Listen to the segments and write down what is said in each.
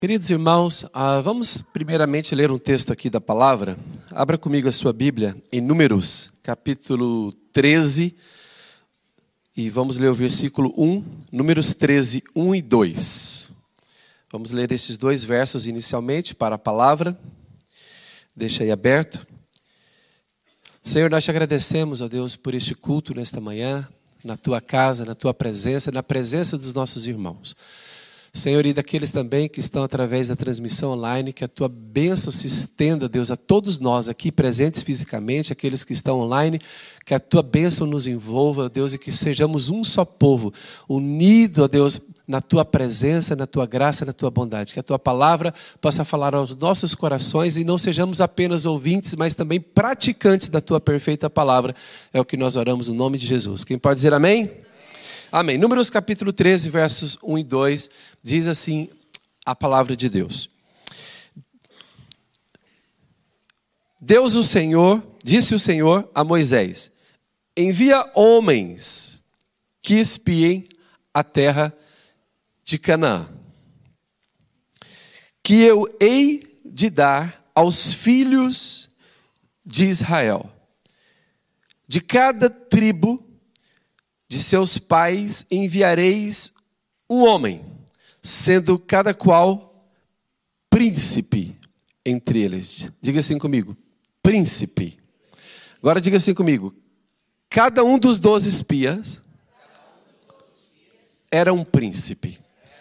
Queridos irmãos, vamos primeiramente ler um texto aqui da palavra. Abra comigo a sua Bíblia em Números, capítulo 13, e vamos ler o versículo 1, Números 13, 1 e 2. Vamos ler esses dois versos inicialmente para a palavra. Deixa aí aberto. Senhor, nós te agradecemos, ó Deus, por este culto nesta manhã, na tua casa, na tua presença, na presença dos nossos irmãos. Senhor, e daqueles também que estão através da transmissão online, que a tua bênção se estenda, Deus, a todos nós aqui presentes fisicamente, aqueles que estão online, que a tua bênção nos envolva, Deus, e que sejamos um só povo, unido, ó Deus, na tua presença, na tua graça, na tua bondade. Que a tua palavra possa falar aos nossos corações e não sejamos apenas ouvintes, mas também praticantes da tua perfeita palavra. É o que nós oramos no nome de Jesus. Quem pode dizer amém? Amém. Números capítulo 13, versos 1 e 2, diz assim a palavra de Deus. Disse o Senhor a Moisés: envia homens que espiem a terra de Canaã, que eu hei de dar aos filhos de Israel. De cada tribo de seus pais enviareis um homem, sendo cada qual príncipe entre eles. Diga assim comigo, príncipe. Agora diga assim comigo, cada um dos 12 espias era um príncipe.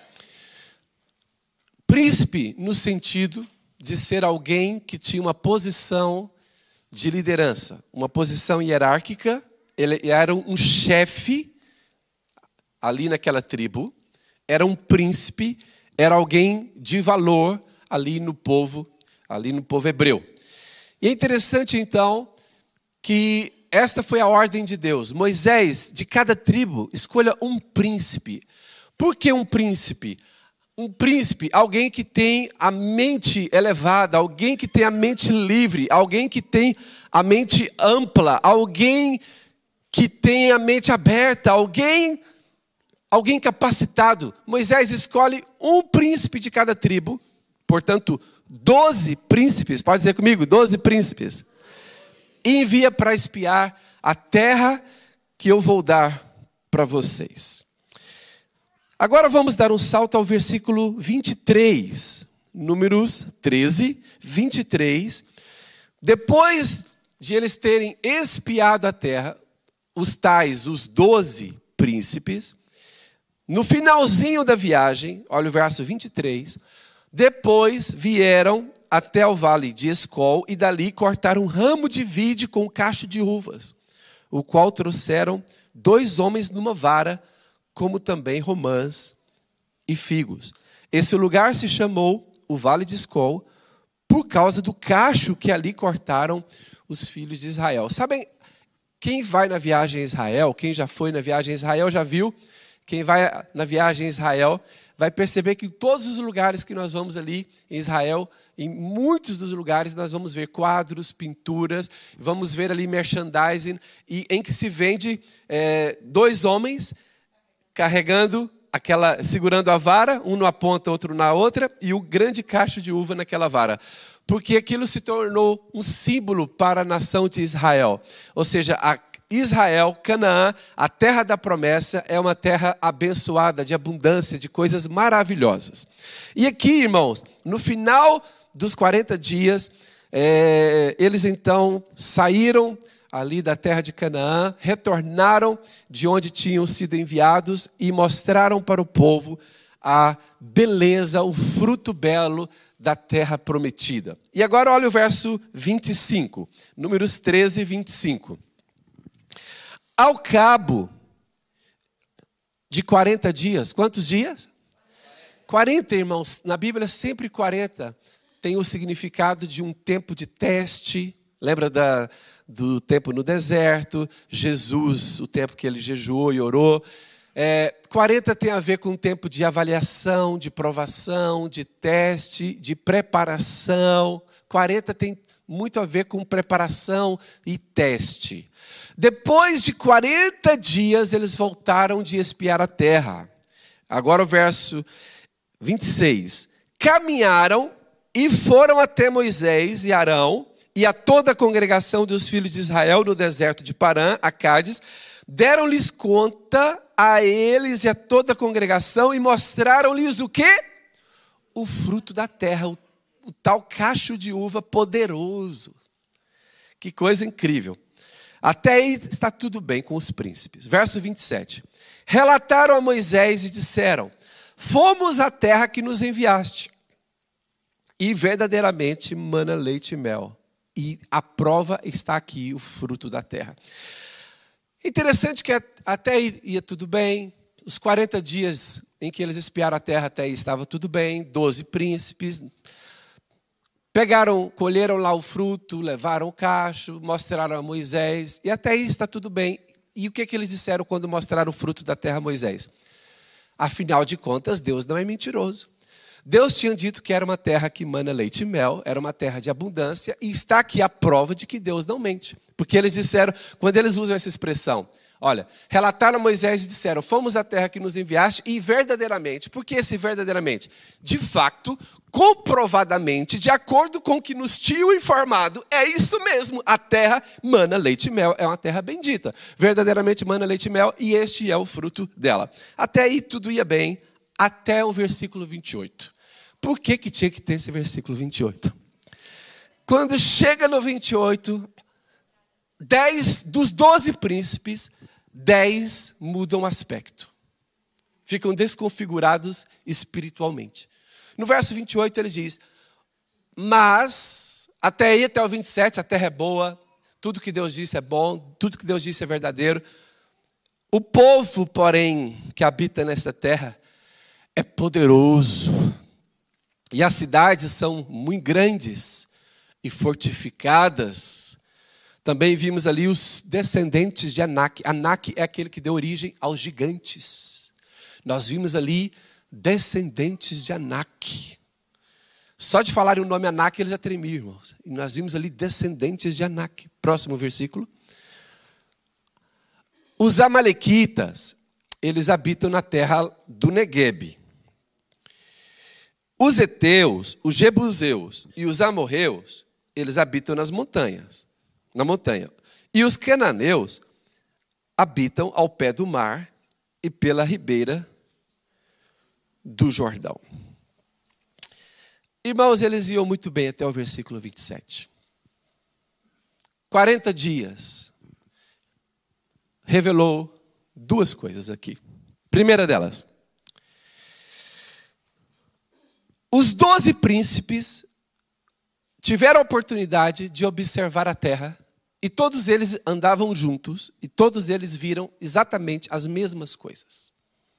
Príncipe no sentido de ser alguém que tinha uma posição de liderança, uma posição hierárquica. Ele era um chefe ali naquela tribo, era um príncipe, era alguém de valor ali no povo hebreu. E é interessante então que esta foi a ordem de Deus. Moisés, de cada tribo, escolha um príncipe. Por que um príncipe? Um príncipe, alguém que tem a mente elevada, alguém que tem a mente livre, alguém que tem a mente ampla, alguém que tem a mente aberta, alguém capacitado. Moisés escolhe um príncipe de cada tribo, portanto, 12 príncipes, pode dizer comigo, 12 príncipes, e envia para espiar a terra que eu vou dar para vocês. Agora vamos dar um salto ao versículo 23, Números 13, 23. Depois de eles terem espiado a terra, os 12 príncipes, no finalzinho da viagem, olha o verso 23, depois vieram até o vale de Escol e dali cortaram um ramo de vide com um cacho de uvas, o qual trouxeram 2 homens numa vara, como também romãs e figos. Esse lugar se chamou o Vale de Escol por causa do cacho que ali cortaram os filhos de Israel. Sabem, quem vai na viagem a Israel, quem já foi na viagem a Israel já viu, quem vai na viagem a Israel vai perceber que em todos os lugares que nós vamos ali em Israel, em muitos dos lugares nós vamos ver quadros, pinturas, vamos ver ali merchandising, em que se vende 2 homens segurando a vara, um numa ponta, outro na outra, e o grande cacho de uva naquela vara. Porque aquilo se tornou um símbolo para a nação de Israel. Ou seja, Israel, Canaã, a terra da promessa, é uma terra abençoada, de abundância, de coisas maravilhosas. E aqui, irmãos, no final dos 40 dias, eles então saíram ali da terra de Canaã, retornaram de onde tinham sido enviados e mostraram para o povo a beleza, o fruto belo da terra prometida. E agora olha o verso 25, Números 13, 25. Ao cabo de 40 dias, quantos dias? 40, irmãos, na Bíblia sempre 40 tem o significado de um tempo de teste. Lembra do tempo no deserto, Jesus, o tempo que ele jejuou e orou. 40 tem a ver com um tempo de avaliação, de provação, de teste, de preparação. 40 tem muito a ver com preparação e teste. Depois de 40 dias, eles voltaram de espiar a terra. Agora o verso 26. caminharam e foram até Moisés e Arão e a toda a congregação dos filhos de Israel no deserto de Parã, a Cádiz, deram-lhes conta a eles e a toda a congregação e mostraram-lhes o quê? O fruto da terra, o tal cacho de uva poderoso. Que coisa incrível. Até aí está tudo bem com os príncipes. Verso 27. Relataram a Moisés e disseram: fomos à terra que nos enviaste, e verdadeiramente mana leite e mel. E a prova está aqui, o fruto da terra. Interessante que até aí ia tudo bem. Os 40 dias em que eles espiaram a terra, até aí estava tudo bem. 12 príncipes. Colheram lá o fruto, levaram o cacho, mostraram a Moisés. E até aí está tudo bem. E o que eles disseram quando mostraram o fruto da terra a Moisés? Afinal de contas, Deus não é mentiroso. Deus tinha dito que era uma terra que mana leite e mel, era uma terra de abundância, e está aqui a prova de que Deus não mente. Porque eles disseram, quando eles usam essa expressão, olha, relataram a Moisés e disseram, fomos à terra que nos enviaste, e verdadeiramente, por que esse verdadeiramente? De fato, comprovadamente, de acordo com o que nos tinham informado, é isso mesmo, a terra mana leite e mel, é uma terra bendita. Verdadeiramente mana leite e mel, e este é o fruto dela. Até aí tudo ia bem, até o versículo 28. Por que tinha que ter esse versículo 28? Quando chega no 28, 10 dos 12 príncipes, 10 mudam aspecto. Ficam desconfigurados espiritualmente. No verso 28 ele diz, mas, até aí, até o 27, a terra é boa, tudo que Deus disse é bom, tudo que Deus disse é verdadeiro. O povo, porém, que habita nessa terra, é poderoso. E as cidades são muito grandes e fortificadas. Também vimos ali os descendentes de Anak. Anak é aquele que deu origem aos gigantes. Nós vimos ali descendentes de Anak. Só de falarem o nome Anak, ele já tremia, irmãos. E nós vimos ali descendentes de Anak. Próximo versículo. Os amalequitas, eles habitam na terra do Neguebe. Os heteus, os jebuseus e os amorreus, eles habitam nas montanhas, na montanha. E os cananeus habitam ao pé do mar e pela ribeira do Jordão. Irmãos, eles iam muito bem até o versículo 27. 40 dias revelou duas coisas aqui. Primeira delas, os 12 príncipes tiveram a oportunidade de observar a terra e todos eles andavam juntos e todos eles viram exatamente as mesmas coisas.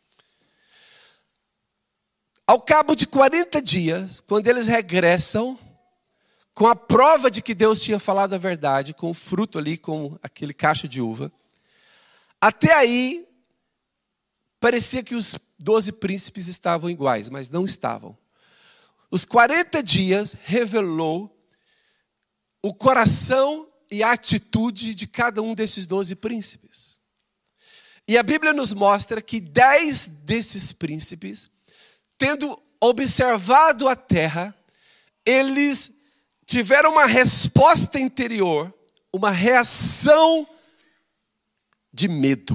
Ao cabo de 40 dias, quando eles regressam, com a prova de que Deus tinha falado a verdade, com o fruto ali, com aquele cacho de uva, até aí, parecia que os 12 príncipes estavam iguais, mas não estavam. Os 40 dias revelou o coração e a atitude de cada um desses 12 príncipes. E a Bíblia nos mostra que 10 desses príncipes, tendo observado a terra, eles tiveram uma resposta interior, uma reação de medo.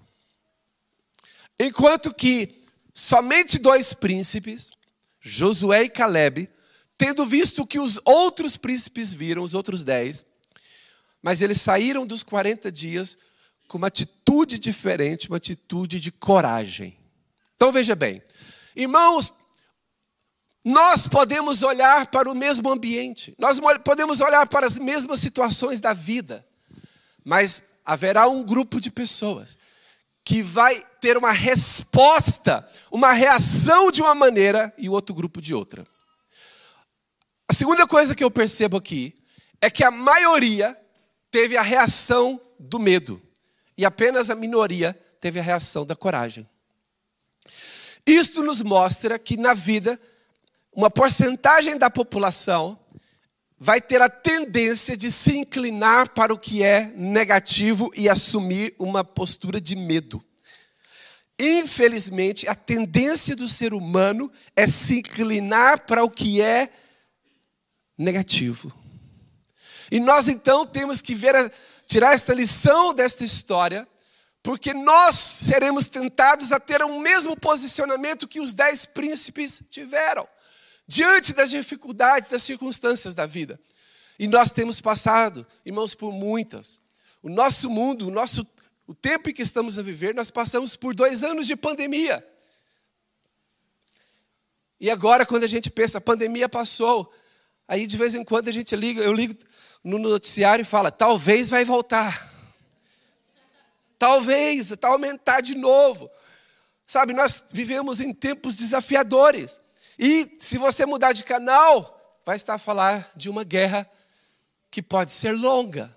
Enquanto que somente 2 príncipes, Josué e Calebe, tendo visto o que os outros príncipes viram, os outros 10, mas eles saíram dos 40 dias com uma atitude diferente, uma atitude de coragem. Então veja bem, irmãos, nós podemos olhar para o mesmo ambiente, nós podemos olhar para as mesmas situações da vida, mas haverá um grupo de pessoas que vai ter uma resposta, uma reação de uma maneira e o outro grupo de outra. A segunda coisa que eu percebo aqui é que a maioria teve a reação do medo e apenas a minoria teve a reação da coragem. Isto nos mostra que na vida, uma porcentagem da população vai ter a tendência de se inclinar para o que é negativo e assumir uma postura de medo. Infelizmente, a tendência do ser humano é se inclinar para o que é negativo. E nós então temos que tirar esta lição desta história, porque nós seremos tentados a ter o mesmo posicionamento que os 10 príncipes tiveram, diante das dificuldades, das circunstâncias da vida. E nós temos passado, irmãos, por muitas. O nosso mundo, o tempo em que estamos a viver, nós passamos por 2 anos de pandemia. E agora, quando a gente pensa, a pandemia passou, aí de vez em quando eu ligo no noticiário e falo, talvez vai voltar. Talvez, vai aumentar de novo. Sabe, nós vivemos em tempos desafiadores. E se você mudar de canal, vai estar a falar de uma guerra que pode ser longa.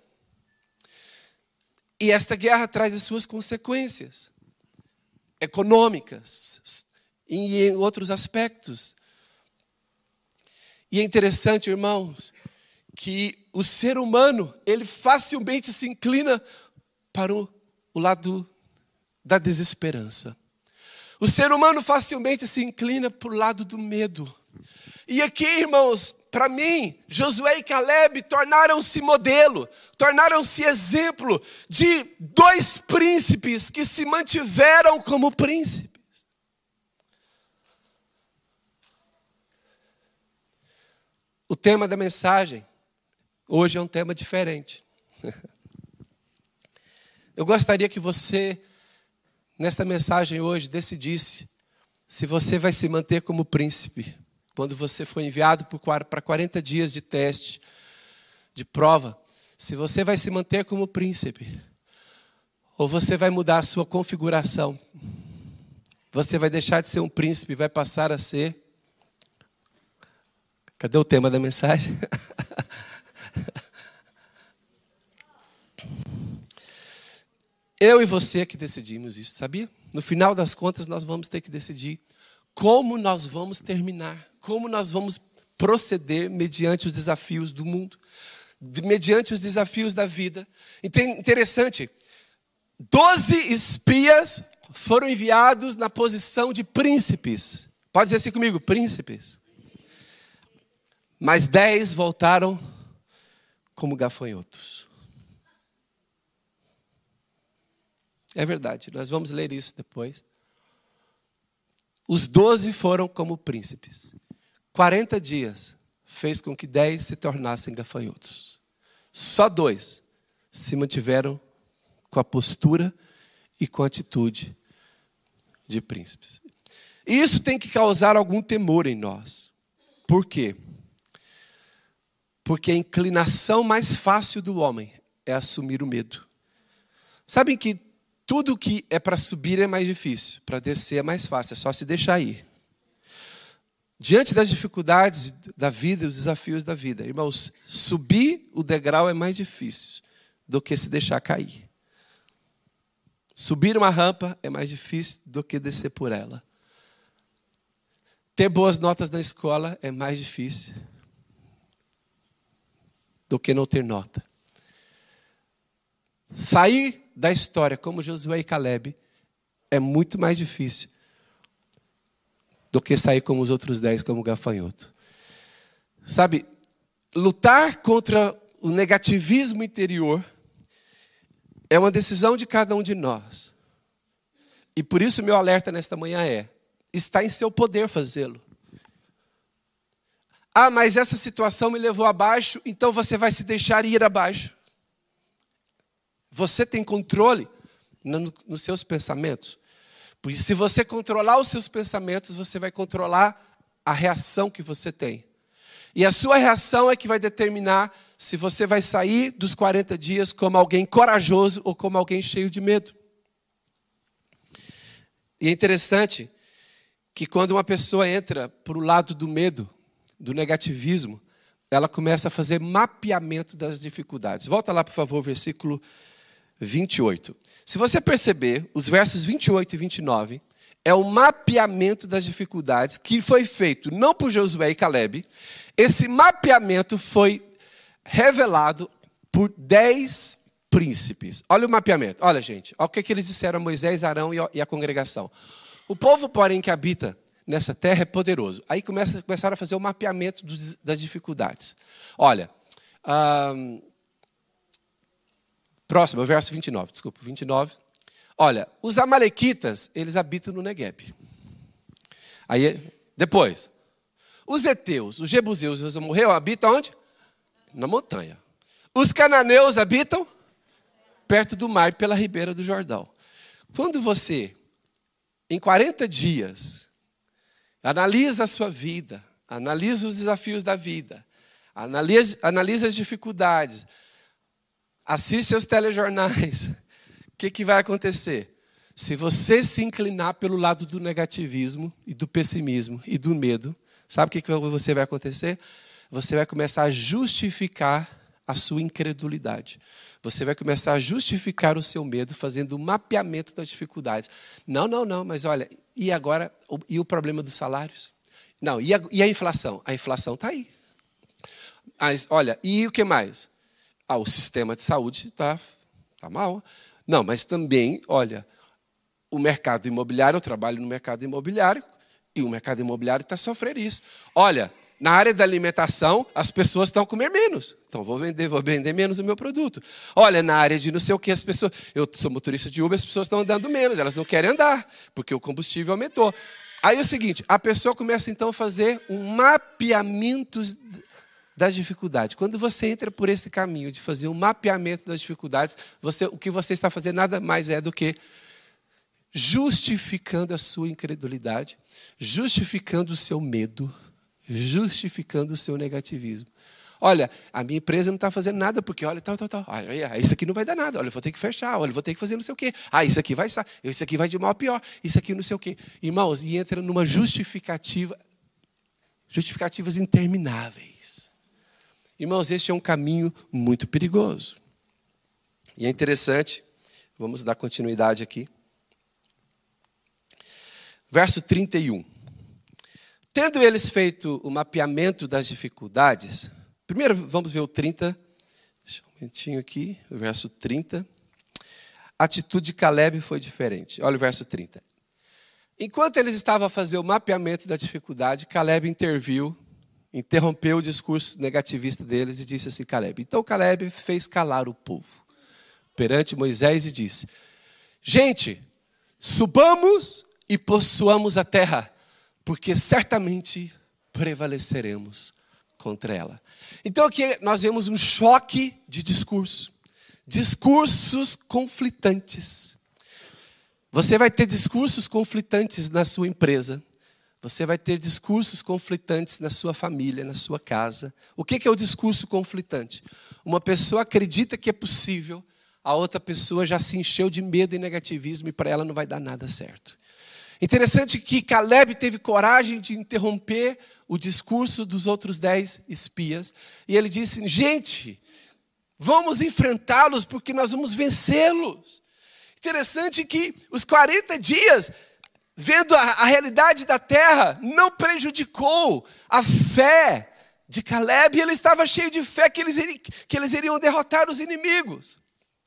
E esta guerra traz as suas consequências econômicas e em outros aspectos. E é interessante, irmãos, que o ser humano, ele facilmente se inclina para o lado da desesperança. O ser humano facilmente se inclina para o lado do medo. E aqui, irmãos, para mim, Josué e Caleb tornaram-se modelo, tornaram-se exemplo de 2 príncipes que se mantiveram como príncipes. O tema da mensagem hoje é um tema diferente. Eu gostaria que você, nesta mensagem hoje, decidisse se você vai se manter como príncipe quando você for enviado para 40 dias de teste, de prova. Se você vai se manter como príncipe, ou você vai mudar a sua configuração. Você vai deixar de ser um príncipe e vai passar a ser... Cadê o tema da mensagem? Eu e você que decidimos isso, sabia? No final das contas, nós vamos ter que decidir como nós vamos terminar, como nós vamos proceder mediante os desafios do mundo, mediante os desafios da vida. Interessante, 12 espias foram enviados na posição de príncipes. Pode dizer assim comigo, príncipes. Mas 10 voltaram como gafanhotos. É verdade, nós vamos ler isso depois. Os 12 foram como príncipes. 40 dias fez com que 10 se tornassem gafanhotos. Só 2 se mantiveram com a postura e com a atitude de príncipes. E isso tem que causar algum temor em nós. Por quê? Porque a inclinação mais fácil do homem é assumir o medo. Sabem que tudo que é para subir é mais difícil, para descer é mais fácil, é só se deixar ir. Diante das dificuldades da vida e os desafios da vida, irmãos, subir o degrau é mais difícil do que se deixar cair. Subir uma rampa é mais difícil do que descer por ela. Ter boas notas na escola é mais difícil do que não ter nota. Sair da história como Josué e Caleb é muito mais difícil do que sair como os outros 10 como gafanhoto. Sabe, lutar contra o negativismo interior é uma decisão de cada um de nós. E por isso meu alerta nesta manhã está em seu poder fazê-lo. Ah, mas essa situação me levou abaixo, então você vai se deixar ir abaixo. Você tem controle nos seus pensamentos. Porque se você controlar os seus pensamentos, você vai controlar a reação que você tem. E a sua reação é que vai determinar se você vai sair dos 40 dias como alguém corajoso ou como alguém cheio de medo. E é interessante que quando uma pessoa entra para o lado do medo, do negativismo, ela começa a fazer mapeamento das dificuldades. Volta lá, por favor, versículo 28. Se você perceber, os versos 28 e 29 é o mapeamento das dificuldades que foi feito não por Josué e Caleb. Esse mapeamento foi revelado por 10 príncipes. Olha o mapeamento. Olha, gente, olha o que eles disseram a Moisés, Arão e a congregação. O povo, porém, que habita nessa terra é poderoso. Aí começaram a fazer o mapeamento das dificuldades. Olha, próximo, verso 29, desculpa, 29. Olha, os amalequitas, eles habitam no Negueb. Aí, depois, os heteus, os jebuseus e os amorreus habitam onde? Na montanha. Os cananeus habitam perto do mar, pela ribeira do Jordão. Quando você, em 40 dias, analisa a sua vida, analisa os desafios da vida, analisa as dificuldades, assiste aos telejornais, o que vai acontecer? Se você se inclinar pelo lado do negativismo e do pessimismo e do medo, sabe o que você vai acontecer? Você vai começar a justificar a sua incredulidade. Você vai começar a justificar o seu medo fazendo um mapeamento das dificuldades. Não, mas olha, e agora, e o problema dos salários? Não, e a inflação? A inflação está aí. Mas, olha, e o que mais? O sistema de saúde está mal. Não, mas também, olha, o mercado imobiliário, eu trabalho no mercado imobiliário, e o mercado imobiliário está sofrendo isso. Olha, na área da alimentação, as pessoas estão a comer menos. Então, vou vender menos o meu produto. Olha, na área de não sei o que, as pessoas... Eu sou motorista de Uber, as pessoas estão andando menos, elas não querem andar, porque o combustível aumentou. Aí é o seguinte, a pessoa começa então a fazer um mapeamento das dificuldades. Quando você entra por esse caminho de fazer um mapeamento das dificuldades, o que você está fazendo nada mais é do que justificando a sua incredulidade, justificando o seu medo, justificando o seu negativismo. Olha, a minha empresa não está fazendo nada porque, olha, tal. Olha, isso aqui não vai dar nada. Olha, eu vou ter que fechar. Olha, eu vou ter que fazer não sei o quê. Isso aqui vai estar. Isso aqui vai de mal a pior. Isso aqui não sei o quê. Irmãos, e entra numa justificativas intermináveis. Irmãos, este é um caminho muito perigoso. E é interessante, vamos dar continuidade aqui. Verso 31. Tendo eles feito o mapeamento das dificuldades, primeiro vamos ver o 30, deixa um momentinho aqui, o verso 30. A atitude de Caleb foi diferente. Olha o verso 30. Enquanto eles estavam a fazer o mapeamento da dificuldade, Caleb interrompeu o discurso negativista deles e disse assim, Caleb. Então Caleb fez calar o povo perante Moisés e disse, gente, subamos e possuamos a terra, porque certamente prevaleceremos contra ela. Então aqui nós vemos um choque de discursos conflitantes. Você vai ter discursos conflitantes na sua empresa, você vai ter discursos conflitantes na sua família, na sua casa. O que é o discurso conflitante? Uma pessoa acredita que é possível, a outra pessoa já se encheu de medo e negativismo e para ela não vai dar nada certo. Interessante que Caleb teve coragem de interromper o discurso dos outros 10 espias. E ele disse, gente, vamos enfrentá-los porque nós vamos vencê-los. Interessante que os 40 dias, vendo a realidade da terra, não prejudicou a fé de Caleb. E ele estava cheio de fé que eles iriam derrotar os inimigos.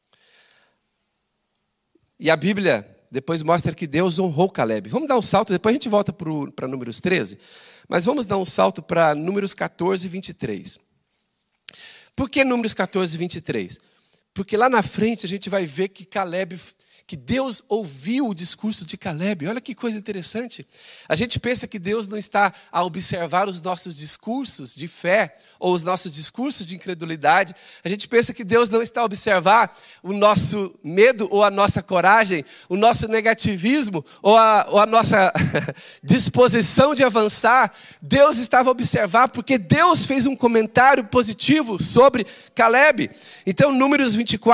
E a Bíblia depois mostra que Deus honrou Caleb. Vamos dar um salto, depois a gente volta para Números 13, mas vamos dar um salto para Números 14 e 23. Por que Números 14 e 23? Porque lá na frente a gente vai ver que Deus ouviu o discurso de Caleb. Olha que coisa interessante. A gente pensa que Deus não está a observar os nossos discursos de fé ou os nossos discursos de incredulidade. A gente pensa que Deus não está a observar o nosso medo ou a nossa coragem, o nosso negativismo ou a nossa disposição de avançar. Deus estava a observar porque Deus fez um comentário positivo sobre Caleb. Então, Números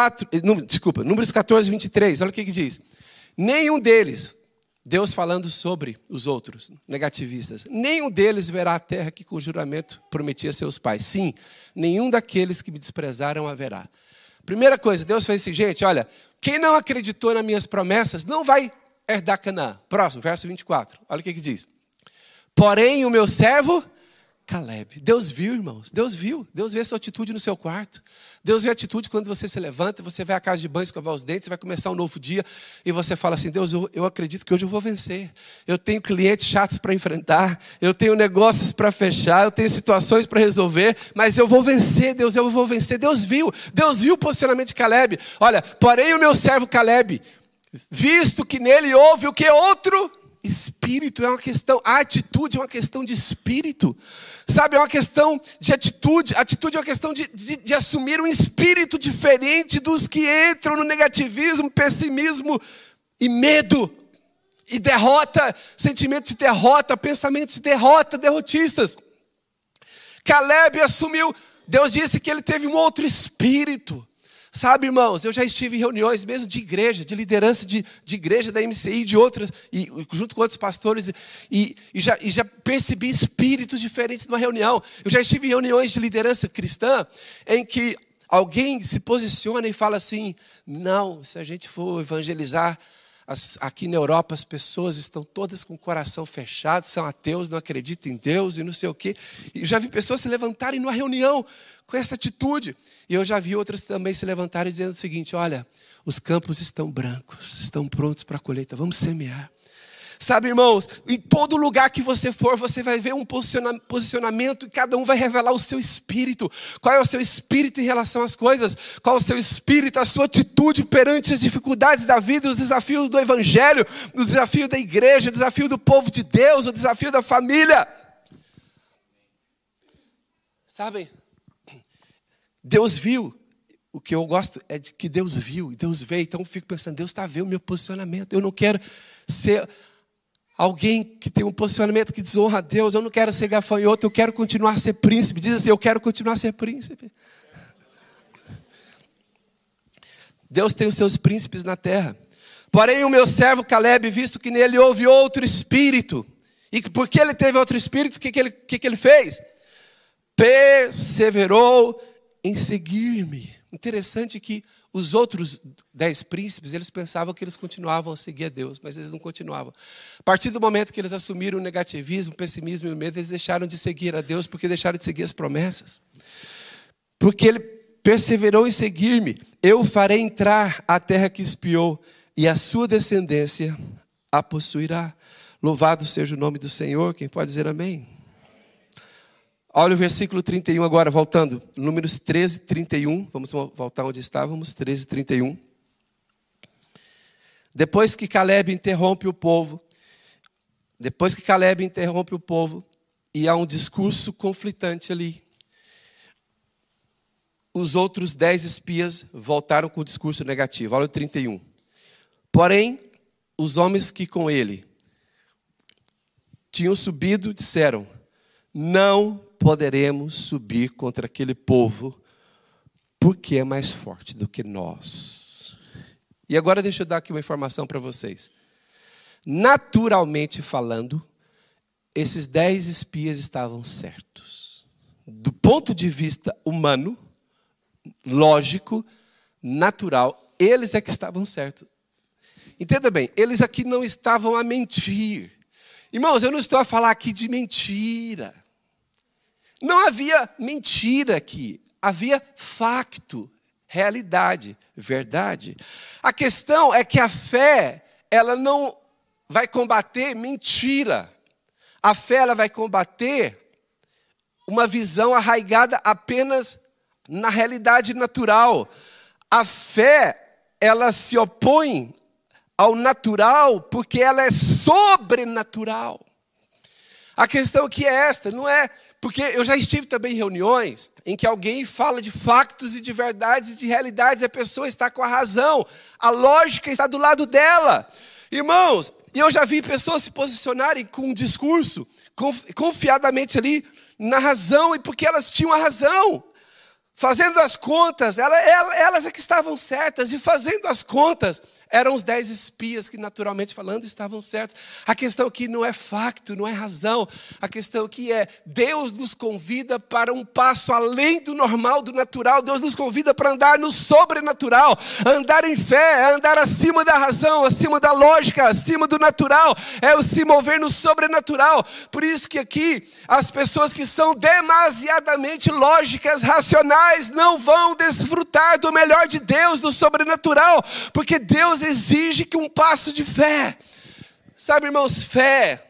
14, 23, olha o que diz. Nenhum deles, Deus falando sobre os outros, negativistas, nenhum deles verá a terra que com juramento prometia a seus pais. Sim, nenhum daqueles que me desprezaram haverá. Primeira coisa, Deus fez assim, gente, olha, quem não acreditou nas minhas promessas não vai herdar Canaã. Próximo, verso 24, olha o que diz. Porém, o meu servo Caleb. Deus viu, irmãos. Deus viu. Deus vê a sua atitude no seu quarto. Deus vê a atitude quando você se levanta, você vai à casa de banho, escovar os dentes, vai começar um novo dia e você fala assim, Deus, eu acredito que hoje eu vou vencer. Eu tenho clientes chatos para enfrentar, eu tenho negócios para fechar, eu tenho situações para resolver, mas eu vou vencer, Deus, eu vou vencer. Deus viu o posicionamento de Caleb. Olha, porém o meu servo Caleb, visto que nele houve o que outro? Espírito. É uma questão, a atitude é uma questão de espírito, sabe, é uma questão de atitude é uma questão de assumir um espírito diferente dos que entram no negativismo, pessimismo e medo, e derrota, sentimento de derrota, pensamentos de derrota, derrotistas. Caleb assumiu, Deus disse que ele teve um outro espírito. Sabe, irmãos, eu já estive em reuniões mesmo de igreja, de liderança de igreja da MCI e de outras, e junto com outros pastores, e já percebi espíritos diferentes numa reunião. Eu já estive em reuniões de liderança cristã, em que alguém se posiciona e fala assim, não, se a gente for evangelizar, aqui na Europa as pessoas estão todas com o coração fechado, são ateus, não acreditam em Deus e não sei o quê. E eu já vi pessoas se levantarem numa reunião com essa atitude. E eu já vi outras também se levantarem dizendo o seguinte, olha, os campos estão brancos, estão prontos para a colheita, vamos semear. Sabe, irmãos, em todo lugar que você for, você vai ver um posicionamento e cada um vai revelar o seu espírito. Qual é o seu espírito em relação às coisas? Qual é o seu espírito, a sua atitude perante as dificuldades da vida, os desafios do evangelho, o desafio da igreja, o desafio do povo de Deus, o desafio da família. Sabem, Deus viu. O que eu gosto é de que Deus viu, Deus vê. Então eu fico pensando, Deus está vendo o meu posicionamento. Eu não quero ser alguém que tem um posicionamento que desonra a Deus. Eu não quero ser gafanhoto, eu quero continuar a ser príncipe. Diz assim, eu quero continuar a ser príncipe. Deus tem os seus príncipes na terra. Porém o meu servo Caleb, visto que nele houve outro espírito. E porque ele teve outro espírito, o que ele fez? Perseverou em seguir-me. Interessante que os outros 10 príncipes, eles pensavam que eles continuavam a seguir a Deus, mas eles não continuavam. A partir do momento que eles assumiram o negativismo, o pessimismo e o medo, eles deixaram de seguir a Deus, porque deixaram de seguir as promessas. Porque ele perseverou em seguir-me, eu farei entrar a terra que espiou, e a sua descendência a possuirá. Louvado seja o nome do Senhor, quem pode dizer amém? Olha o versículo 31 agora, voltando. Números 13, 31. Vamos voltar onde estávamos, 13, 31. Depois que Caleb interrompe o povo, e há um discurso conflitante ali, os outros 10 espias voltaram com o discurso negativo. Olha o 31. Porém, os homens que com ele tinham subido disseram, não poderemos subir contra aquele povo, porque é mais forte do que nós. E agora deixa eu dar aqui uma informação para vocês. Naturalmente falando, esses 10 espias estavam certos. Do ponto de vista humano, lógico, natural, eles é que estavam certos. Entenda bem, eles aqui não estavam a mentir. Irmãos, eu não estou a falar aqui de mentira. Não havia mentira aqui, havia facto, realidade, verdade. A questão é que a fé, ela não vai combater mentira. A fé, ela vai combater uma visão arraigada apenas na realidade natural. A fé, ela se opõe ao natural porque ela é sobrenatural. A questão aqui é esta, não é... Porque eu já estive também em reuniões em que alguém fala de factos e de verdades e de realidades, e a pessoa está com a razão, a lógica está do lado dela. Irmãos, e eu já vi pessoas se posicionarem com um discurso, confiadamente ali na razão, e porque elas tinham a razão. Fazendo as contas, elas é que estavam certas, e fazendo as contas, Eram os 10 espias que, naturalmente falando, estavam certos. A questão aqui não é facto, não é razão. A questão aqui é, Deus nos convida para um passo além do normal, do natural. Deus nos convida para andar no sobrenatural. Andar em fé, andar acima da razão, acima da lógica, acima do natural. É o se mover no sobrenatural. Por isso que aqui, as pessoas que são demasiadamente lógicas, racionais, não vão desfrutar do melhor de Deus, do sobrenatural. Porque Deus exige que um passo de fé. Sabe, irmãos, fé.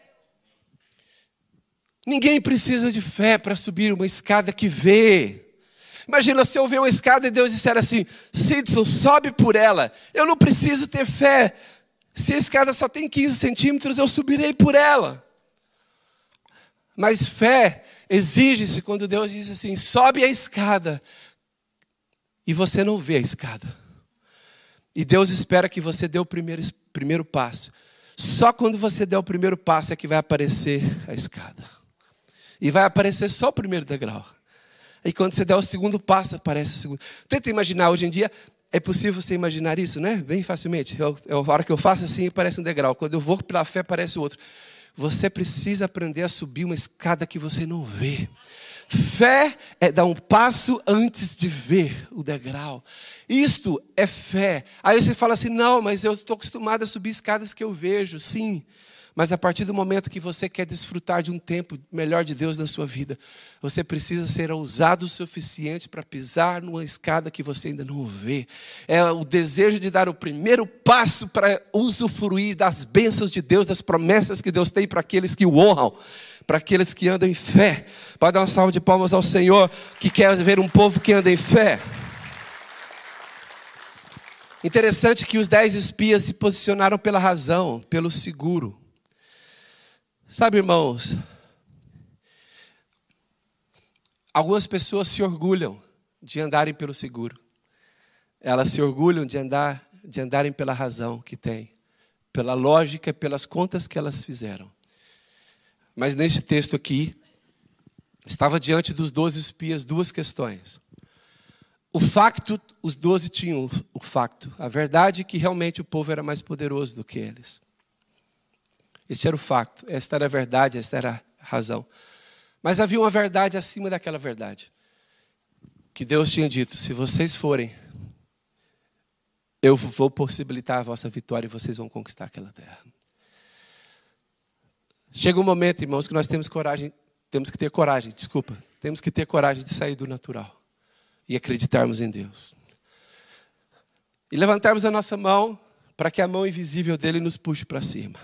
Ninguém precisa de fé para subir uma escada que vê. Imagina se eu ver uma escada e Deus disser assim, Sidson, sobe por ela. Eu não preciso ter fé. Se a escada só tem 15 centímetros, eu subirei por ela. Mas fé exige-se quando Deus diz assim, sobe a escada. E você não vê a escada. E Deus espera que você dê o primeiro passo. Só quando você der o primeiro passo é que vai aparecer a escada. E vai aparecer só o primeiro degrau. E quando você der o segundo passo, aparece o segundo. Tenta imaginar, hoje em dia, é possível você imaginar isso, né? Bem facilmente. A hora que eu faço assim, aparece um degrau. Quando eu vou pela fé, aparece o outro. Você precisa aprender a subir uma escada que você não vê. Fé é dar um passo antes de ver o degrau. Isto é fé. Aí você fala assim, não, mas eu estou acostumado a subir escadas que eu vejo. Sim, mas a partir do momento que você quer desfrutar de um tempo melhor de Deus na sua vida, você precisa ser ousado o suficiente para pisar numa escada que você ainda não vê. É o desejo de dar o primeiro passo para usufruir das bênçãos de Deus, das promessas que Deus tem para aqueles que o honram, para aqueles que andam em fé. Pode dar uma salva de palmas ao Senhor, que quer ver um povo que anda em fé. Interessante que os 10 espias se posicionaram pela razão, pelo seguro. Sabe, irmãos, algumas pessoas se orgulham de andarem pelo seguro. Elas se orgulham de andarem pela razão que têm, pela lógica, pelas contas que elas fizeram. Mas neste texto aqui, estava diante dos 12 espias 2 questões. O facto, os 12 tinham o facto, a verdade é que realmente o povo era mais poderoso do que eles. Este era o facto, esta era a verdade, esta era a razão. Mas havia uma verdade acima daquela verdade. Que Deus tinha dito, se vocês forem, eu vou possibilitar a vossa vitória e vocês vão conquistar aquela terra. Chega um momento, irmãos, que nós temos que ter coragem de sair do natural e acreditarmos em Deus. E levantarmos a nossa mão para que a mão invisível dele nos puxe para cima.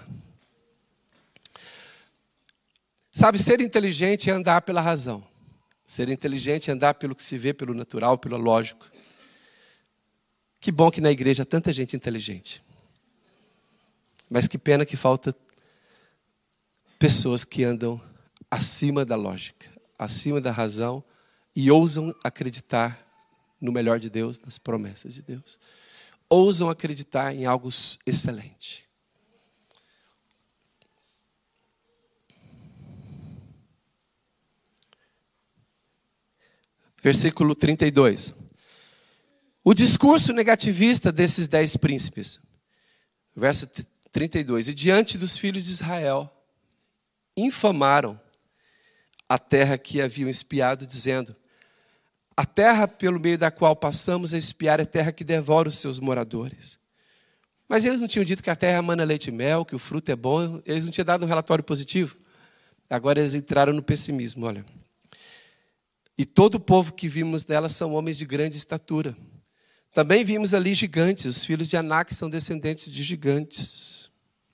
Sabe, ser inteligente é andar pela razão. Ser inteligente é andar pelo que se vê, pelo natural, pelo lógico. Que bom que na igreja há tanta gente inteligente. Mas que pena que falta pessoas que andam acima da lógica, acima da razão e ousam acreditar no melhor de Deus, nas promessas de Deus. Ousam acreditar em algo excelente. Versículo 32. O discurso negativista desses 10 príncipes. Verso 32. E diante dos filhos de Israel, infamaram a terra que haviam espiado, dizendo, a terra pelo meio da qual passamos a espiar é terra que devora os seus moradores. Mas eles não tinham dito que a terra mana leite e mel, que o fruto é bom, eles não tinham dado um relatório positivo. Agora eles entraram no pessimismo, olha. E todo o povo que vimos nela são homens de grande estatura. Também vimos ali gigantes, os filhos de Anak são descendentes de gigantes.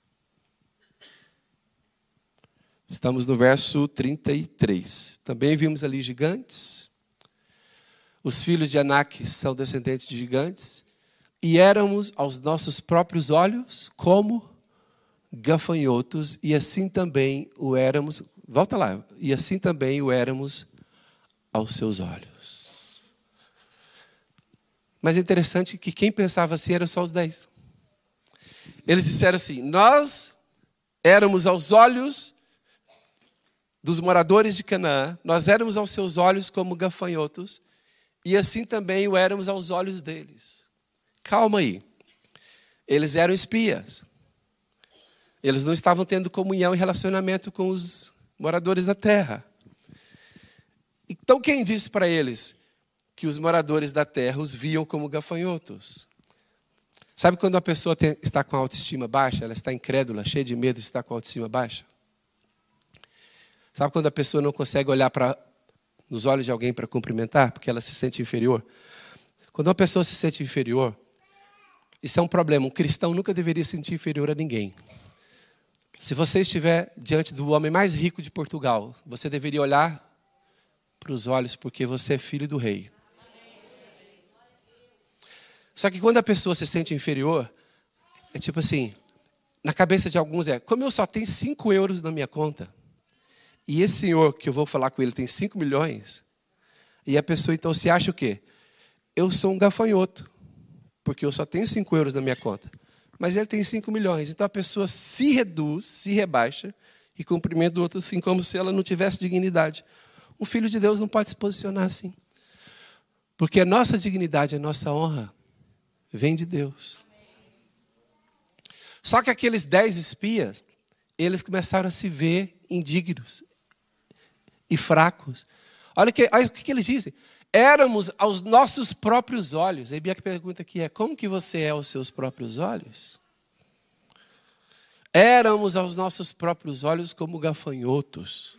Estamos no verso 33. Também vimos ali gigantes. Os filhos de Anak são descendentes de gigantes. E éramos aos nossos próprios olhos como gafanhotos. E assim também o éramos. Volta lá. E assim também o éramos aos seus olhos. Mas é interessante que quem pensava assim eram só os 10. Eles disseram assim, nós éramos aos olhos dos moradores de Canaã, nós éramos aos seus olhos como gafanhotos, e assim também o éramos aos olhos deles. Calma aí. Eles eram espias. Eles não estavam tendo comunhão e relacionamento com os moradores da terra. Então quem disse para eles que os moradores da terra os viam como gafanhotos? Sabe quando uma pessoa está com a autoestima baixa, ela está incrédula, cheia de medo, está com a autoestima baixa? Sabe quando a pessoa não consegue olhar nos olhos de alguém para cumprimentar, porque ela se sente inferior? Quando uma pessoa se sente inferior, isso é um problema. Um cristão nunca deveria se sentir inferior a ninguém. Se você estiver diante do homem mais rico de Portugal, você deveria olhar para os olhos, porque você é filho do rei. Só que quando a pessoa se sente inferior, é tipo assim, na cabeça de alguns como eu só tenho 5 euros na minha conta, e esse senhor que eu vou falar com ele tem 5 milhões, e a pessoa então se acha o quê? Eu sou um gafanhoto, porque eu só tenho 5 euros na minha conta. Mas ele tem 5 milhões, então a pessoa se reduz, se rebaixa, e cumprimenta o outro assim, como se ela não tivesse dignidade. Um filho de Deus não pode se posicionar assim. Porque a nossa dignidade, a nossa honra, vem de Deus. Só que aqueles 10 espias, eles começaram a se ver indignos e fracos. Olha o que eles dizem. Éramos aos nossos próprios olhos. E a pergunta aqui é, como que você é aos seus próprios olhos? Éramos aos nossos próprios olhos como gafanhotos.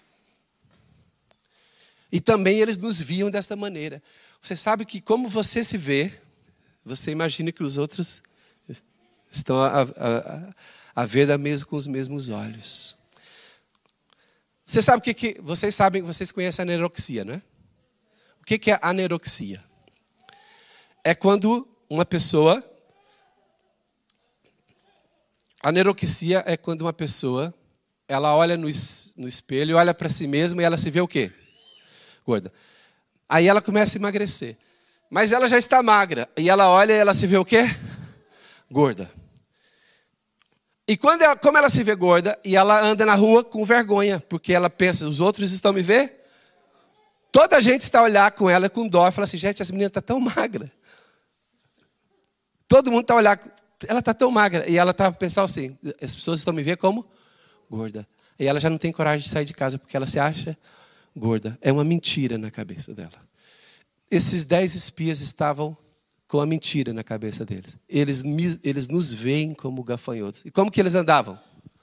E também eles nos viam desta maneira. Você sabe que como você se vê, você imagina que os outros estão a ver com os mesmos olhos. Você sabe vocês conhecem a anorexia, não é? O que é anorexia? É quando uma pessoa... Anorexia é quando uma pessoa, ela olha no espelho, olha para si mesma e ela se vê o quê? Gorda. Aí ela começa a emagrecer. Mas ela já está magra. E ela olha e ela se vê o quê? Gorda. E como ela se vê gorda, e ela anda na rua com vergonha, porque ela pensa, os outros estão me vendo? Toda a gente está a olhar com ela com dó e fala assim, gente, essa menina está tão magra. Todo mundo está a olhar, ela está tão magra. E ela está a pensar assim, as pessoas estão me vendo como gorda. E ela já não tem coragem de sair de casa, porque ela se acha gorda. É uma mentira na cabeça dela. Esses 10 espias estavam com a mentira na cabeça deles. Eles nos veem como gafanhotos. E como que eles andavam?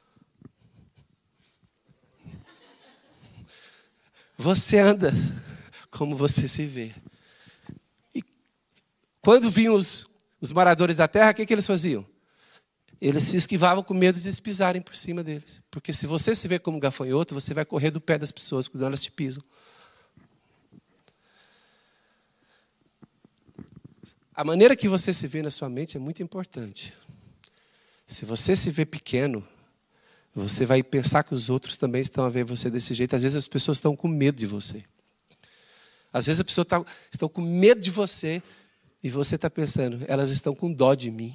Você anda como você se vê. E quando vinham os moradores da terra, o que eles faziam? Eles se esquivavam com medo de eles pisarem por cima deles. Porque se você se vê como gafanhoto, você vai correr do pé das pessoas quando elas te pisam. A maneira que você se vê na sua mente é muito importante. Se você se vê pequeno, você vai pensar que os outros também estão a ver você desse jeito. Às vezes as pessoas estão com medo de você. Às vezes as pessoas estão com medo de você e você está pensando, elas estão com dó de mim.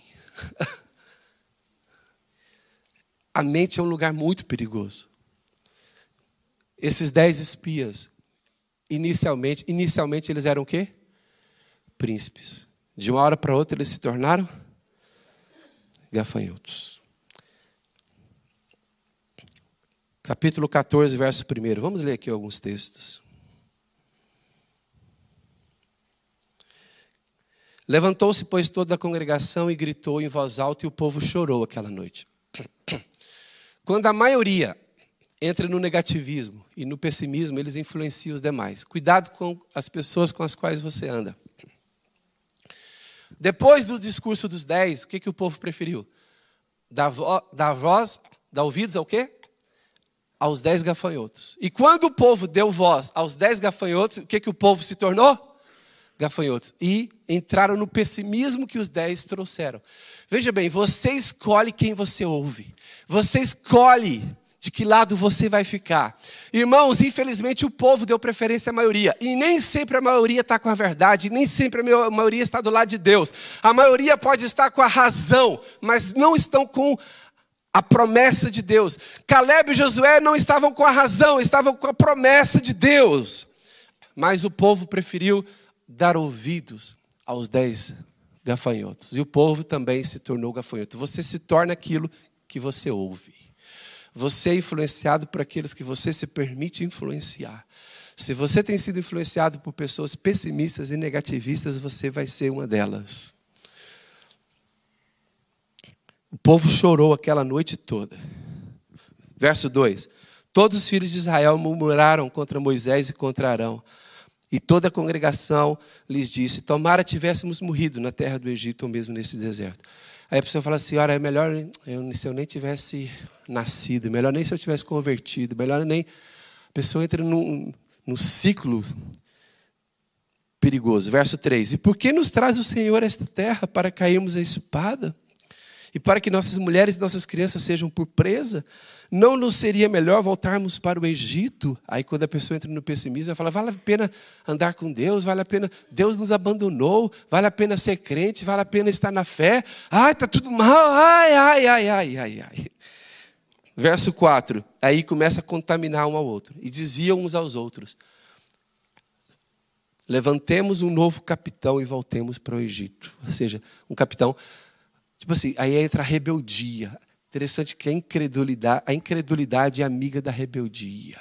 A mente é um lugar muito perigoso. Esses 10 espias, inicialmente eles eram o quê? Príncipes. De uma hora para outra eles se tornaram gafanhotos. Capítulo 14, verso 1. Vamos ler aqui alguns textos. Levantou-se, pois, toda a congregação e gritou em voz alta, e o povo chorou aquela noite. Quando a maioria entra no negativismo e no pessimismo, eles influenciam os demais. Cuidado com as pessoas com as quais você anda. Depois do discurso dos 10, o que o povo preferiu? Dar ouvidos ao quê? Aos 10 gafanhotos. E quando o povo deu voz aos 10 gafanhotos, o que o povo se tornou? Gafanhotos. E entraram no pessimismo que os 10 trouxeram. Veja bem, você escolhe quem você ouve. Você escolhe de que lado você vai ficar. Irmãos, infelizmente o povo deu preferência à maioria. E nem sempre a maioria está com a verdade, nem sempre a maioria está do lado de Deus. A maioria pode estar com a razão, mas não estão com a promessa de Deus. Caleb e Josué não estavam com a razão, estavam com a promessa de Deus. Mas o povo preferiu dar ouvidos aos 10 gafanhotos. E o povo também se tornou gafanhoto. Você se torna aquilo que você ouve. Você é influenciado por aqueles que você se permite influenciar. Se você tem sido influenciado por pessoas pessimistas e negativistas, você vai ser uma delas. O povo chorou aquela noite toda. Verso 2. Todos os filhos de Israel murmuraram contra Moisés e contra Arão. E toda a congregação lhes disse: tomara tivéssemos morrido na terra do Egito ou mesmo nesse deserto. Aí a pessoa fala assim: olha, é melhor se eu nem tivesse nascido, melhor nem se eu tivesse convertido, melhor nem... A pessoa entra num ciclo perigoso. Verso 3. E por que nos traz o Senhor a esta terra para cairmos a espada? E para que nossas mulheres e nossas crianças sejam por presa? Não nos seria melhor voltarmos para o Egito? Aí quando a pessoa entra no pessimismo, vai falar: vale a pena andar com Deus, vale a pena, Deus nos abandonou, vale a pena ser crente, vale a pena estar na fé. Ai, está tudo mal, ai. Verso 4, aí começa a contaminar um ao outro. E diziam uns aos outros: levantemos um novo capitão e voltemos para o Egito. Ou seja, um capitão, tipo assim, aí entra a rebeldia. Interessante que a incredulidade é amiga da rebeldia.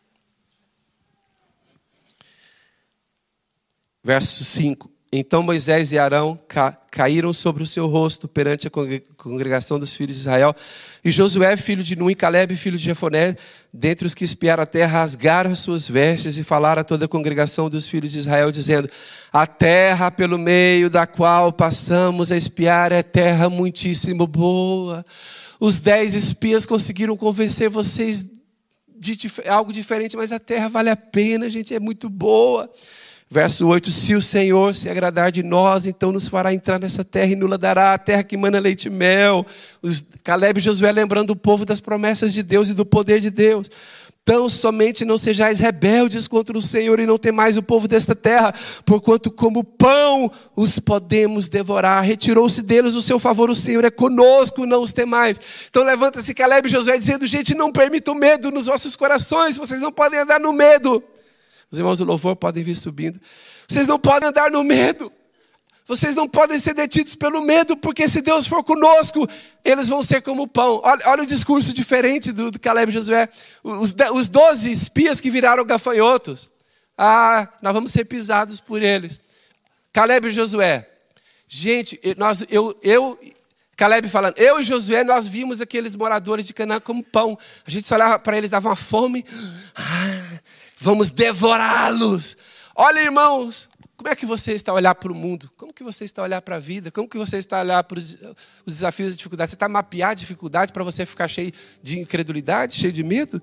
Verso 5. Então Moisés e Arão caíram sobre o seu rosto perante a congregação dos filhos de Israel. E Josué, filho de Nun, e Calebe, filho de Jefoné, dentre os que espiaram a terra, rasgaram as suas vestes e falaram a toda a congregação dos filhos de Israel, dizendo: a terra pelo meio da qual passamos a espiar é terra muitíssimo boa. Os 10 espias conseguiram convencer vocês de algo diferente, mas a terra vale a pena, gente, é muito boa. Verso 8, se o Senhor se agradar de nós, então nos fará entrar nessa terra e nos dará a terra que mana leite e mel. Calebe e Josué lembrando o povo das promessas de Deus e do poder de Deus. Tão somente não sejais rebeldes contra o Senhor e não temais o povo desta terra, porquanto como pão os podemos devorar. Retirou-se deles o seu favor, o Senhor é conosco, não os temais. Então levanta-se Calebe e Josué dizendo: gente, não permitam medo nos vossos corações, vocês não podem andar no medo. Os irmãos do louvor podem vir subindo. Vocês não podem andar no medo. Vocês não podem ser detidos pelo medo, porque se Deus for conosco, eles vão ser como pão. Olha o discurso diferente do Calebe e Josué. Os 12 espias que viraram gafanhotos. Nós vamos ser pisados por eles. Calebe e Josué. Gente, Calebe falando, eu e Josué, nós vimos aqueles moradores de Canaã como pão. A gente só olhava para eles, dava uma fome. Vamos devorá-los. Olha, irmãos, como é que você está a olhar para o mundo? Como que você está a olhar para a vida? Como que você está a olhar para os desafios e dificuldades? Você está a mapear a dificuldade para você ficar cheio de incredulidade, cheio de medo?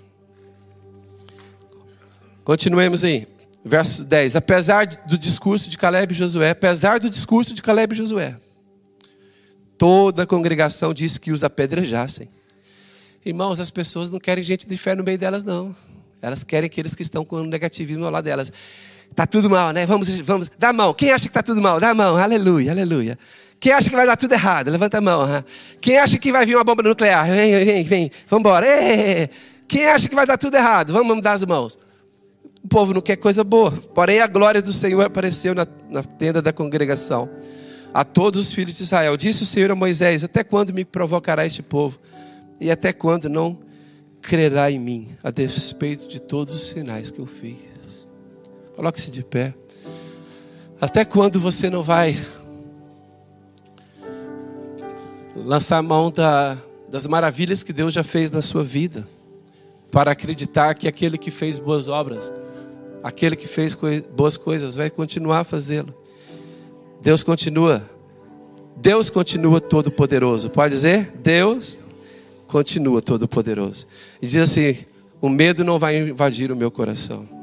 Continuemos aí. Verso 10. Apesar do discurso de Calebe e Josué, toda a congregação disse que os apedrejassem. Irmãos, as pessoas não querem gente de fé no meio delas, não. Elas querem aqueles que estão com o negativismo ao lado delas. Está tudo mal, né? Vamos, dá a mão. Quem acha que está tudo mal? Dá a mão. Aleluia, aleluia. Quem acha que vai dar tudo errado? Levanta a mão. Quem acha que vai vir uma bomba nuclear? Vem. Vamos embora. Quem acha que vai dar tudo errado? Vamos dar as mãos. O povo não quer coisa boa. Porém, a glória do Senhor apareceu na tenda da congregação. A todos os filhos de Israel. Disse o Senhor a Moisés: até quando me provocará este povo? E até quando não crerá em mim, a despeito de todos os sinais que eu fiz? Coloque-se de pé. Até quando você não vai lançar a mão das maravilhas que Deus já fez na sua vida, para acreditar que aquele que fez boas obras, aquele que fez boas coisas, vai continuar a fazê-lo? Deus continua todo poderoso. Pode dizer? Deus continua todo poderoso. E diz assim: o medo não vai invadir o meu coração.